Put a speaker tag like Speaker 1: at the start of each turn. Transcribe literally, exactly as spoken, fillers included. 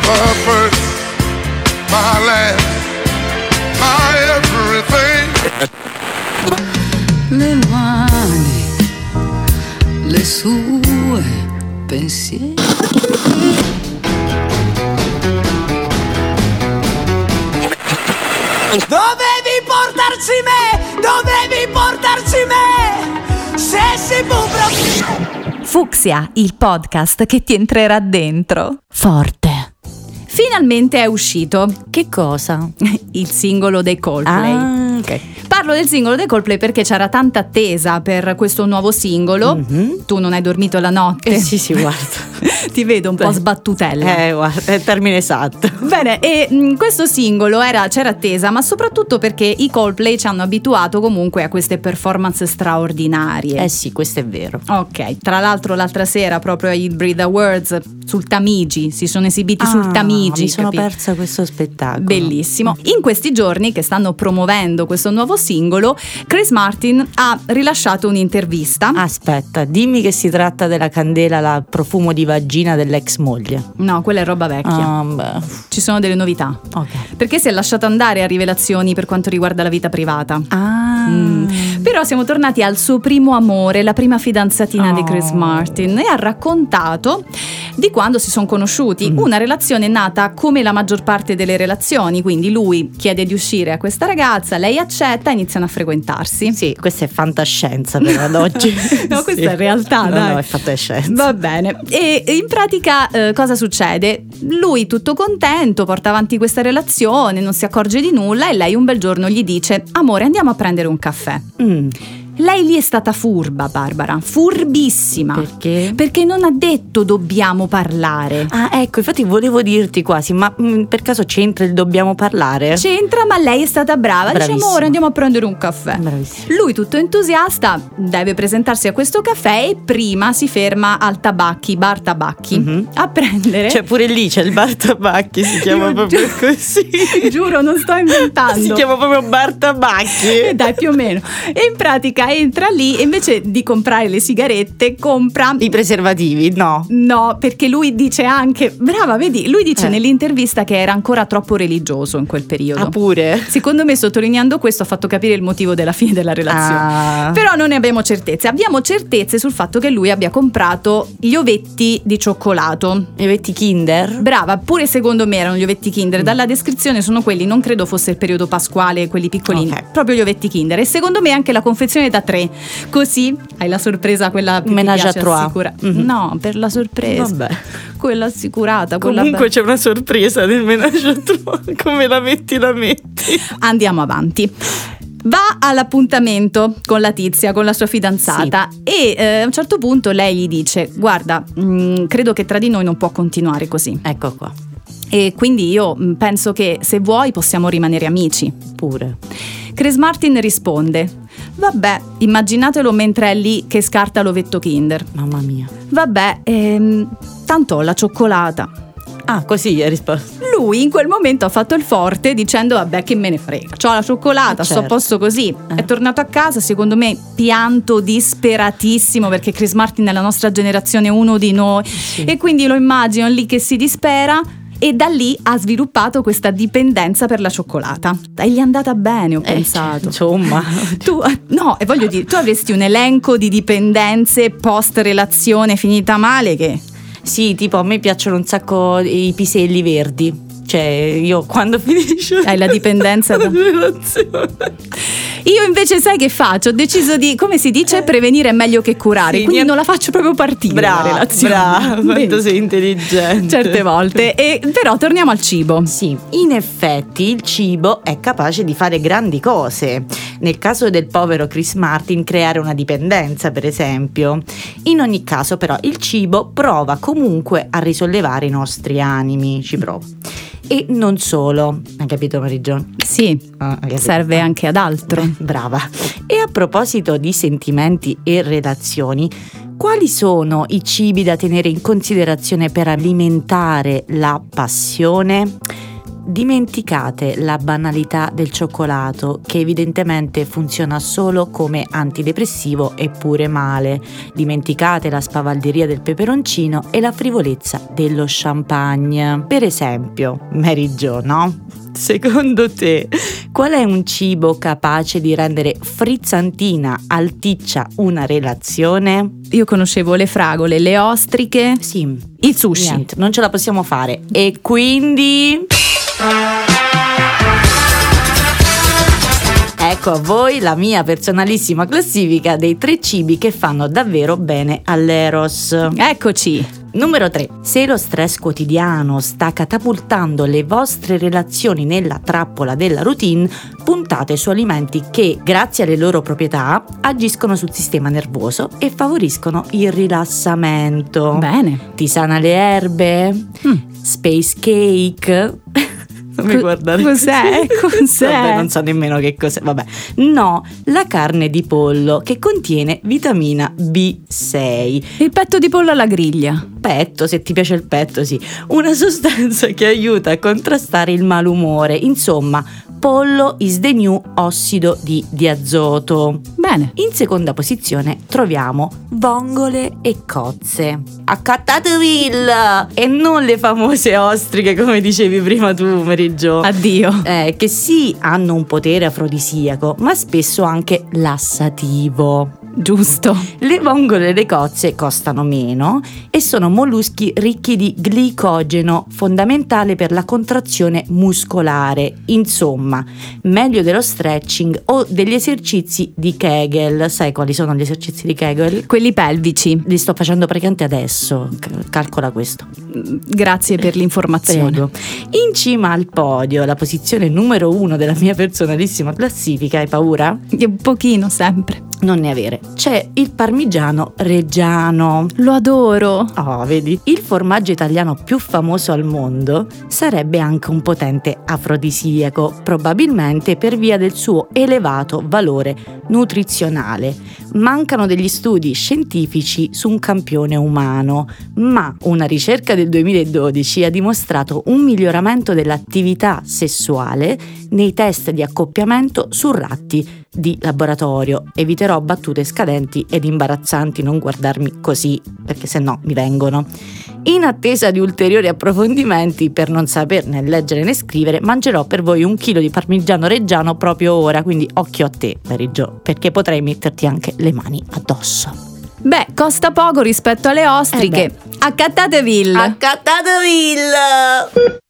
Speaker 1: my first, my last, my everything.
Speaker 2: Le mani, le sue pensieri.
Speaker 3: Dovevi portarci me, dovevi portarci me, se si può proprio.
Speaker 4: Fucsia, il podcast che ti entrerà dentro.
Speaker 5: Forte.
Speaker 4: Finalmente è uscito.
Speaker 5: Che cosa?
Speaker 4: Il singolo dei Coldplay.
Speaker 5: Ah, ok.
Speaker 4: Parlo del singolo dei Coldplay perché c'era tanta attesa per questo nuovo singolo. Mm-hmm. Tu non hai dormito la notte?
Speaker 5: Eh, sì, sì, guarda.
Speaker 4: Ti vedo un po' sbattutella.
Speaker 5: Eh, guarda, è il termine esatto.
Speaker 4: Bene, e mh, questo singolo era, c'era attesa, ma soprattutto perché i Coldplay ci hanno abituato comunque a queste performance straordinarie.
Speaker 5: Eh sì, questo è vero.
Speaker 4: Ok, tra l'altro l'altra sera proprio ai Brit Awards sul Tamigi, si sono esibiti
Speaker 5: ah,
Speaker 4: sul Tamigi.
Speaker 5: Mi sono
Speaker 4: capito?
Speaker 5: persa questo spettacolo.
Speaker 4: Bellissimo. In questi giorni che stanno promuovendo questo nuovo singolo, Chris Martin ha rilasciato un'intervista.
Speaker 5: Aspetta, dimmi che si tratta della candela, la profumo di vagina dell'ex moglie.
Speaker 4: No, quella è roba vecchia.
Speaker 5: Ah, beh.
Speaker 4: Ci sono delle novità.
Speaker 5: Ok.
Speaker 4: Perché si è lasciato andare a rivelazioni per quanto riguarda la vita privata.
Speaker 5: Ah.
Speaker 4: Mm. Però siamo tornati al suo primo amore, la prima fidanzatina
Speaker 5: oh.
Speaker 4: di Chris Martin, e ha raccontato di quando si sono conosciuti. Mm. Una relazione nata come la maggior parte delle relazioni, quindi lui chiede di uscire a questa ragazza, lei accetta e iniziano a frequentarsi.
Speaker 5: Sì, questa è fantascienza per ad oggi.
Speaker 4: No, questa
Speaker 5: sì.
Speaker 4: è realtà,
Speaker 5: no,
Speaker 4: dai.
Speaker 5: No, è fantascienza.
Speaker 4: Va bene. E in pratica eh, cosa succede? Lui tutto contento, porta avanti questa relazione, non si accorge di nulla e lei un bel giorno gli dice: amore, andiamo a prendere un caffè. Mm. Lei lì è stata furba, Barbara, furbissima.
Speaker 5: Perché?
Speaker 4: Perché non ha detto dobbiamo parlare.
Speaker 5: Ah, ecco, infatti volevo dirti quasi, ma mh, per caso c'entra il dobbiamo parlare?
Speaker 4: C'entra, ma lei è stata brava.
Speaker 5: Bravissima.
Speaker 4: Dice: amore, andiamo a prendere un caffè.
Speaker 5: Bravissima.
Speaker 4: Lui tutto entusiasta deve presentarsi a questo caffè e prima si ferma al Tabacchi, bar Tabacchi, mm-hmm. a prendere.
Speaker 5: Cioè pure lì c'è il bar Tabacchi, si chiama
Speaker 4: Io
Speaker 5: proprio
Speaker 4: giuro,
Speaker 5: così.
Speaker 4: Giuro, non sto inventando.
Speaker 5: Si chiama proprio bar Tabacchi.
Speaker 4: Eh, dai, più o meno. E in pratica entra lì e invece di comprare le sigarette compra
Speaker 5: i preservativi. No,
Speaker 4: no, perché lui dice anche, brava, vedi, lui dice
Speaker 5: eh.
Speaker 4: nell'intervista che era ancora troppo religioso in quel periodo.
Speaker 5: Ah, pure?
Speaker 4: Secondo me, sottolineando questo, ha fatto capire il motivo della fine della relazione.
Speaker 5: Ah.
Speaker 4: Però non ne abbiamo certezze. Abbiamo certezze sul fatto che lui abbia comprato gli ovetti di cioccolato.
Speaker 5: Gli ovetti Kinder?
Speaker 4: Brava, pure secondo me erano gli ovetti Kinder. Mm. Dalla descrizione sono quelli, non credo fosse il periodo pasquale, quelli piccolini, okay. Proprio gli ovetti Kinder. E secondo me anche la confezione da tre. Così hai la sorpresa, quella più
Speaker 5: Menage
Speaker 4: ti piace, assicura- mm-hmm. No, per la sorpresa.
Speaker 5: Vabbè.
Speaker 4: Quella assicurata.
Speaker 5: Comunque
Speaker 4: quella
Speaker 5: c'è una sorpresa nel menage à trois. Come la metti, la metti.
Speaker 4: Andiamo avanti. Va all'appuntamento con la tizia, con la sua fidanzata, sì. E eh, a un certo punto lei gli dice: guarda, mh, credo che tra di noi non può continuare così.
Speaker 5: Ecco qua.
Speaker 4: E quindi io mh, penso che se vuoi possiamo rimanere amici.
Speaker 5: Pure.
Speaker 4: Chris Martin risponde: vabbè, immaginatelo mentre è lì che scarta l'ovetto Kinder.
Speaker 5: Mamma mia.
Speaker 4: Vabbè, ehm, tanto ho la cioccolata.
Speaker 5: Ah, così hai risposto.
Speaker 4: Lui in quel momento ha fatto il forte dicendo: vabbè, che me ne frega, c'ho la cioccolata,
Speaker 5: certo.
Speaker 4: sto a posto così. Eh. È tornato a casa, secondo me pianto disperatissimo, perché Chris Martin nella nostra generazione è uno di noi, sì. E quindi lo immagino lì che si dispera. E da lì ha sviluppato questa dipendenza per la cioccolata. E gli è andata bene, ho
Speaker 5: eh,
Speaker 4: pensato.
Speaker 5: Insomma.
Speaker 4: Tu, no, e voglio dire, tu avresti un elenco di dipendenze post relazione finita male che...
Speaker 5: Sì, tipo a me piacciono un sacco i piselli verdi. Cioè, io quando finisce
Speaker 4: hai la dipendenza
Speaker 5: da
Speaker 4: relazione. Io invece sai che faccio? Ho deciso di, come si dice, prevenire è meglio che curare, sì, quindi non la faccio proprio partire.
Speaker 5: Brava,
Speaker 4: la relazione.
Speaker 5: Brava, quanto sei intelligente.
Speaker 4: Certe volte. E però torniamo al cibo.
Speaker 5: Sì, in effetti il cibo è capace di fare grandi cose. Nel caso del povero Chris Martin, creare una dipendenza, per esempio. In ogni caso, però, il cibo prova comunque a risollevare i nostri animi, ci prova. E non solo, hai capito, Marigione?
Speaker 4: Sì, ah, serve anche ad altro.
Speaker 5: Beh, brava. E a proposito di sentimenti e relazioni, quali sono i cibi da tenere in considerazione per alimentare la passione? dimenticate la banalità del cioccolato, che evidentemente funziona solo come antidepressivo e pure male. Dimenticate la spavalderia del peperoncino e la frivolezza dello champagne. Per esempio, Mary Jo, no? Secondo te, qual è un cibo capace di rendere frizzantina, alticcia una relazione?
Speaker 4: Io conoscevo le fragole, le ostriche,
Speaker 5: Sì,
Speaker 4: il sushi.
Speaker 5: niente, non ce la possiamo fare. E quindi... ecco a voi la mia personalissima classifica dei tre cibi che fanno davvero bene all'eros.
Speaker 4: Eccoci.
Speaker 5: Numero tre. Se lo stress quotidiano sta catapultando le vostre relazioni nella trappola della routine, puntate su alimenti che, grazie alle loro proprietà, agiscono sul sistema nervoso e favoriscono il rilassamento.
Speaker 4: Bene.
Speaker 5: Tisana alle erbe,
Speaker 4: Mm.
Speaker 5: space cake. Non mi
Speaker 4: Co-
Speaker 5: guardare
Speaker 4: cos'è?
Speaker 5: così.
Speaker 4: Cos'è?
Speaker 5: Vabbè, non so nemmeno che cos'è. Vabbè. No, la carne di pollo che contiene vitamina B sei.
Speaker 4: Il petto di pollo alla griglia.
Speaker 5: Petto, se ti piace il petto, sì. Una sostanza che aiuta a contrastare il malumore. Insomma, pollo is the new ossido di diazoto.
Speaker 4: Bene.
Speaker 5: In seconda posizione troviamo vongole e cozze. Accattatevi! E non le famose ostriche come dicevi prima tu, Mary Jo.
Speaker 4: Addio.
Speaker 5: Eh, che sì, hanno un potere afrodisiaco, ma spesso anche lassativo.
Speaker 4: Giusto.
Speaker 5: Le vongole e le cozze costano meno e sono molluschi ricchi di glicogeno, fondamentale per la contrazione muscolare. Insomma, meglio dello stretching o degli esercizi di Kegel. Sai quali sono gli esercizi di Kegel?
Speaker 4: Quelli pelvici.
Speaker 5: Li sto facendo praticamente adesso, c- calcola questo.
Speaker 4: Grazie per l'informazione.
Speaker 5: Prego. In cima al podio, la posizione numero uno della mia personalissima classifica, hai paura?
Speaker 4: Un pochino sempre.
Speaker 5: Non ne avere. C'è il parmigiano reggiano.
Speaker 4: Lo adoro.
Speaker 5: Oh, vedi? Il formaggio italiano più famoso al mondo sarebbe anche un potente afrodisiaco, probabilmente per via del suo elevato valore nutrizionale. Mancano degli studi scientifici su un campione umano, ma una ricerca del duemiladodici ha dimostrato un miglioramento dell'attività sessuale nei test di accoppiamento su ratti di laboratorio. Eviterò battute scadenti ed imbarazzanti, non guardarmi così perché se no mi vengono. In attesa di ulteriori approfondimenti, per non saper né leggere né scrivere, mangerò per voi un chilo di parmigiano reggiano proprio ora, quindi occhio a te, Mary Jo, perché potrei metterti anche le mani addosso.
Speaker 4: Beh, costa poco rispetto alle ostriche.
Speaker 5: Eh
Speaker 4: Accattatevi.
Speaker 5: Accattatevi!